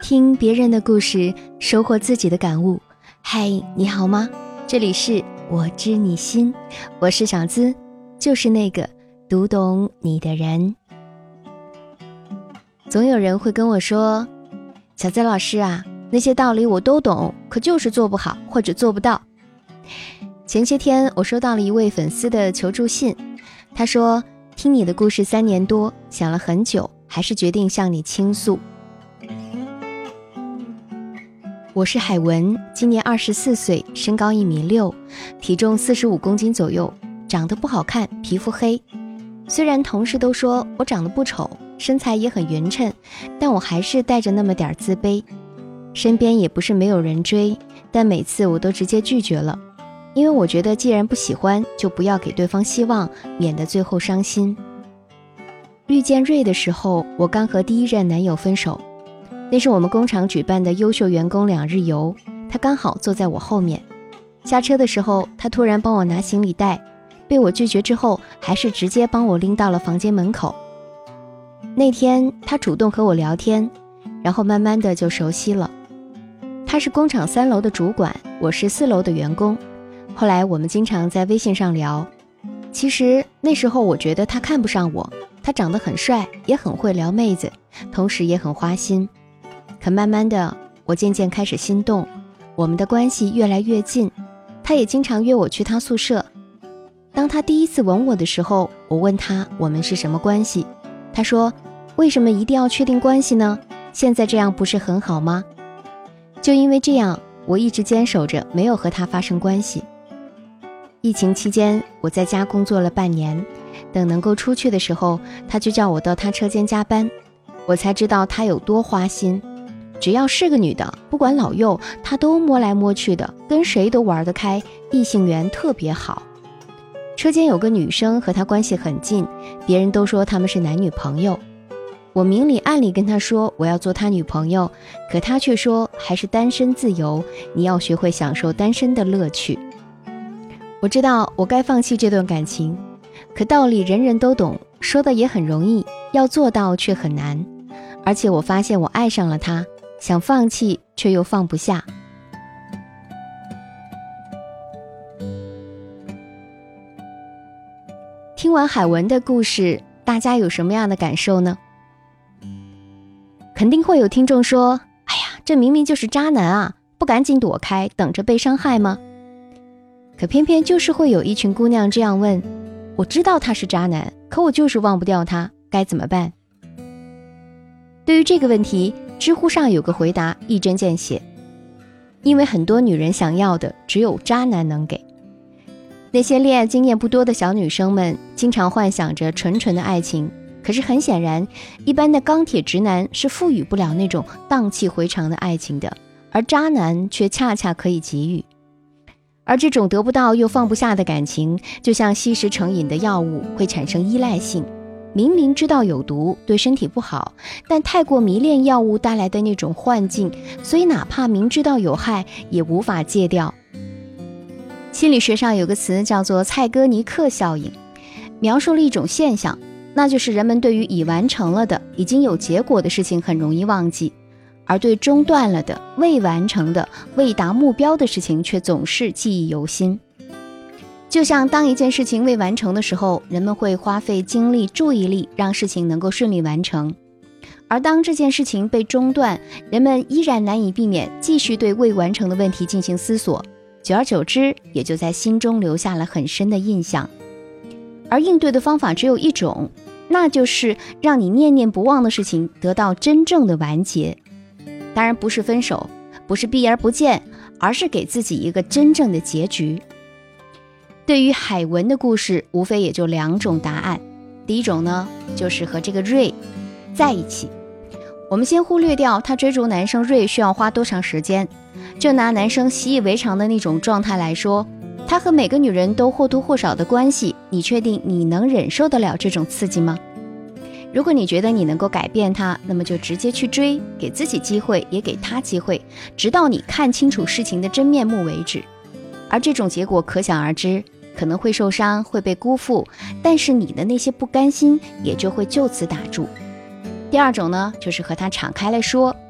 听别人的故事，收获自己的感悟。嗨，你好吗？这里是我知你心，我是小资，就是那个读懂你的人。总有人会跟我说，小资老师啊，那些道理我都懂，可就是做不好或者做不到。前些天我收到了一位粉丝的求助信，他说听你的故事3年多，想了很久，还是决定向你倾诉。我是海文，今年24岁，身高1.6米，体重45公斤左右，长得不好看，皮肤黑。虽然同事都说我长得不丑，身材也很匀称，但我还是带着那么点自卑。身边也不是没有人追，但每次我都直接拒绝了，因为我觉得既然不喜欢，就不要给对方希望，免得最后伤心。遇见瑞的时候，我刚和第一任男友分手，那是我们工厂举办的优秀员工2日游，他刚好坐在我后面。下车的时候，他突然帮我拿行李袋，被我拒绝之后，还是直接帮我拎到了房间门口。那天他主动和我聊天，然后慢慢的就熟悉了。他是工厂3楼的主管，我是4楼的员工。后来我们经常在微信上聊。其实那时候我觉得他看不上我，他长得很帅，也很会撩妹子，同时也很花心。可慢慢的，我渐渐开始心动，我们的关系越来越近，他也经常约我去他宿舍。当他第一次吻我的时候，我问他我们是什么关系，他说为什么一定要确定关系呢？现在这样不是很好吗？就因为这样，我一直坚守着没有和他发生关系。疫情期间，我在家工作了半年，等能够出去的时候，他就叫我到他车间加班，我才知道他有多花心。只要是个女的，不管老幼，他都摸来摸去的，跟谁都玩得开，异性缘特别好。车间有个女生和他关系很近，别人都说他们是男女朋友。我明里暗里跟他说我要做他女朋友，可他却说还是单身自由，你要学会享受单身的乐趣。我知道我该放弃这段感情，可道理人人都懂，说的也很容易，要做到却很难。而且我发现我爱上了他，想放弃却又放不下。听完海文的故事，大家有什么样的感受呢？肯定会有听众说，哎呀，这明明就是渣男啊，不赶紧躲开，等着被伤害吗？可偏偏就是会有一群姑娘这样问，我知道他是渣男，可我就是忘不掉他，该怎么办？对于这个问题，知乎上有个回答一针见血，因为很多女人想要的只有渣男能给。那些恋爱经验不多的小女生们经常幻想着纯纯的爱情，可是很显然，一般的钢铁直男是赋予不了那种荡气回肠的爱情的，而渣男却恰恰可以给予。而这种得不到又放不下的感情，就像吸食成瘾的药物，会产生依赖性。明明知道有毒，对身体不好，但太过迷恋药物带来的那种幻境，所以哪怕明知道有害，也无法戒掉。心理学上有个词叫做蔡格尼克效应，描述了一种现象，那就是人们对于已完成了的、已经有结果的事情很容易忘记，而对中断了的、未完成的、未达目标的事情却总是记忆犹新。就像当一件事情未完成的时候，人们会花费精力、注意力让事情能够顺利完成，而当这件事情被中断，人们依然难以避免继续对未完成的问题进行思索，久而久之，也就在心中留下了很深的印象。而应对的方法只有一种，那就是让你念念不忘的事情得到真正的完结。当然不是分手，不是避而不见，而是给自己一个真正的结局。对于海文的故事，无非也就2种答案。第一种呢，就是和这个瑞在一起。我们先忽略掉他追逐男生瑞需要花多长时间，就拿男生习以为常的那种状态来说，他和每个女人都或多或少的关系，你确定你能忍受得了这种刺激吗？如果你觉得你能够改变他，那么就直接去追，给自己机会，也给他机会，直到你看清楚事情的真面目为止。而这种结果可想而知，可能会受伤，会被辜负，但是你的那些不甘心也就会就此打住。第二种呢，就是和他敞开来说，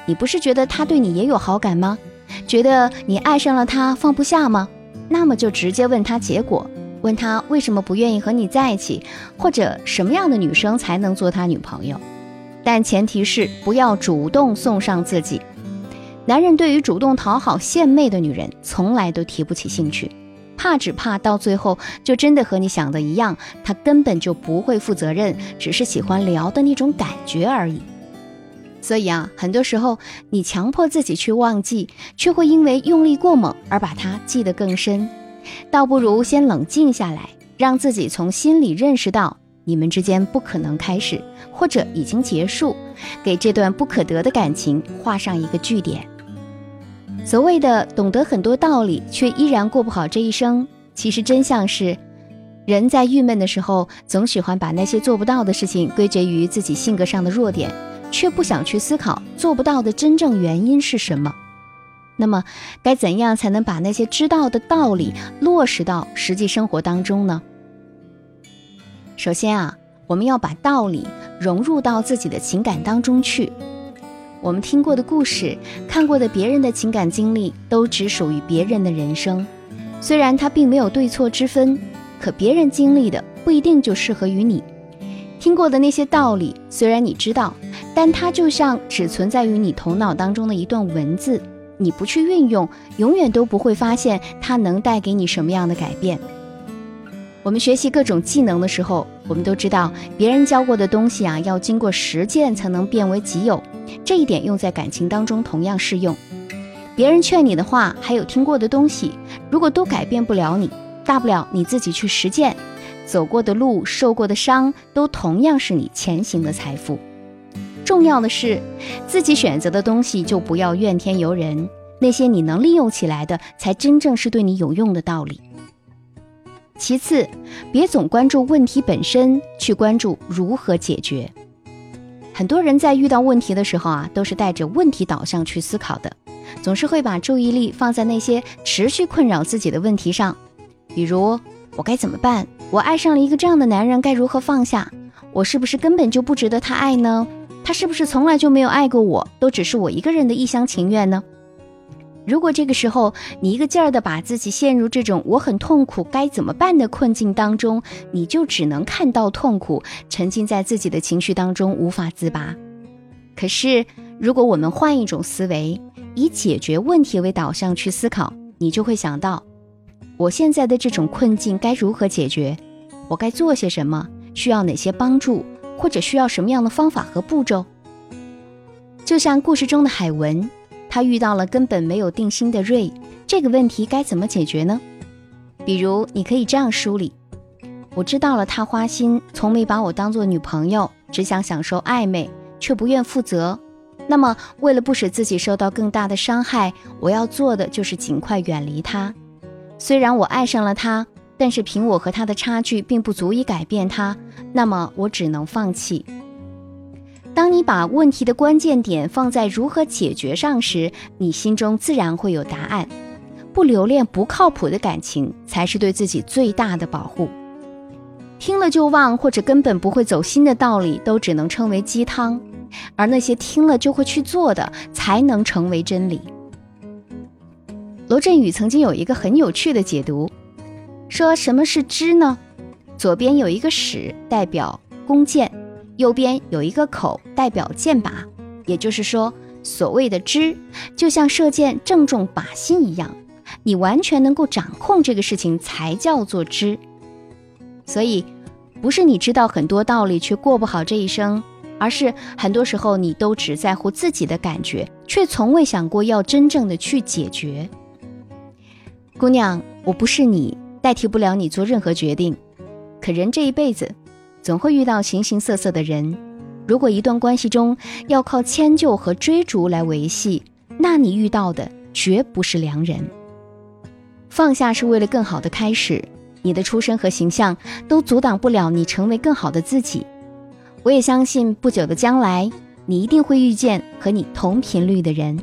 你不是觉得他对你也有好感吗？觉得你爱上了他放不下吗？那么就直接问他结果，问他为什么不愿意和你在一起，或者什么样的女生才能做他女朋友。但前提是不要主动送上自己。男人对于主动讨好献媚的女人从来都提不起兴趣，只怕到最后就真的和你想的一样，他根本就不会负责任，只是喜欢聊的那种感觉而已。所以很多时候你强迫自己去忘记，却会因为用力过猛而把它记得更深。倒不如先冷静下来，让自己从心里认识到你们之间不可能开始，或者已经结束，给这段不可得的感情画上一个句点。所谓的懂得很多道理却依然过不好这一生，其实真相是人在郁闷的时候总喜欢把那些做不到的事情归结于自己性格上的弱点，却不想去思考做不到的真正原因是什么。那么该怎样才能把那些知道的道理落实到实际生活当中呢？首先我们要把道理融入到自己的情感当中去。我们听过的故事，看过的别人的情感经历，都只属于别人的人生。虽然它并没有对错之分，可别人经历的不一定就适合于你。听过的那些道理，虽然你知道，但它就像只存在于你头脑当中的一段文字，你不去运用，永远都不会发现它能带给你什么样的改变。我们学习各种技能的时候，我们都知道别人教过的东西要经过实践才能变为己有，这一点用在感情当中同样适用。别人劝你的话，还有听过的东西，如果都改变不了你，大不了你自己去实践，走过的路，受过的伤，都同样是你前行的财富。重要的是，自己选择的东西就不要怨天尤人，那些你能利用起来的，才真正是对你有用的道理。其次，别总关注问题本身，去关注如何解决。很多人在遇到问题的时候都是带着问题导向去思考的，总是会把注意力放在那些持续困扰自己的问题上，比如我该怎么办？我爱上了一个这样的男人，该如何放下？我是不是根本就不值得他爱呢？他是不是从来就没有爱过我，都只是我一个人的一厢情愿呢？如果这个时候你一个劲儿的把自己陷入这种我很痛苦该怎么办的困境当中，你就只能看到痛苦，沉浸在自己的情绪当中无法自拔。可是如果我们换一种思维，以解决问题为导向去思考，你就会想到我现在的这种困境该如何解决，我该做些什么，需要哪些帮助，或者需要什么样的方法和步骤。就像故事中的海文，他遇到了根本没有定心的瑞，这个问题该怎么解决呢？比如你可以这样梳理，我知道了他花心，从没把我当作女朋友，只想享受暧昧，却不愿负责。那么为了不使自己受到更大的伤害，我要做的就是尽快远离他。虽然我爱上了他，但是凭我和他的差距并不足以改变他，那么我只能放弃。当你把问题的关键点放在如何解决上时，你心中自然会有答案。不留恋不靠谱的感情，才是对自己最大的保护。听了就忘或者根本不会走心的道理，都只能称为鸡汤，而那些听了就会去做的，才能成为真理。罗振宇曾经有一个很有趣的解读，说什么是知呢？左边有一个矢，代表弓箭，右边有一个口，代表箭靶。也就是说，所谓的知，就像射箭正中靶心一样，你完全能够掌控这个事情才叫做知。所以不是你知道很多道理却过不好这一生，而是很多时候你都只在乎自己的感觉，却从未想过要真正的去解决。姑娘，我不是你，代替不了你做任何决定，可人这一辈子总会遇到形形色色的人，如果一段关系中要靠迁就和追逐来维系，那你遇到的绝不是良人。放下是为了更好的开始，你的出身和形象都阻挡不了你成为更好的自己。我也相信不久的将来，你一定会遇见和你同频率的人。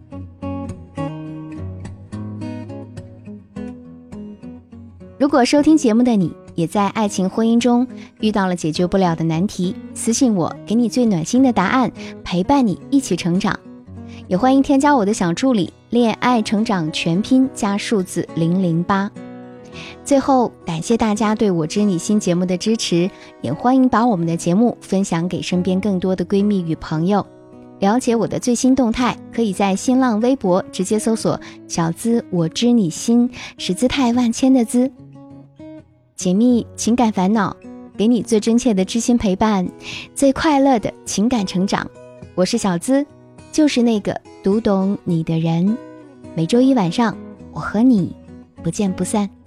如果收听节目的你也在爱情婚姻中遇到了解决不了的难题，私信我，给你最暖心的答案，陪伴你一起成长。 也欢迎添加我的小助理恋爱成长全拼加数字008。最后，感谢大家对我知你心节目的支持，也欢迎把我们的节目分享给身边更多的闺蜜与朋友。了解我的最新动态，可以在新浪微博直接搜索小资我知你心，是姿态万千的姿。解密情感烦恼，给你最真切的知心陪伴，最快乐的情感成长。我是小资，就是那个读懂你的人。每周一晚上，我和你不见不散。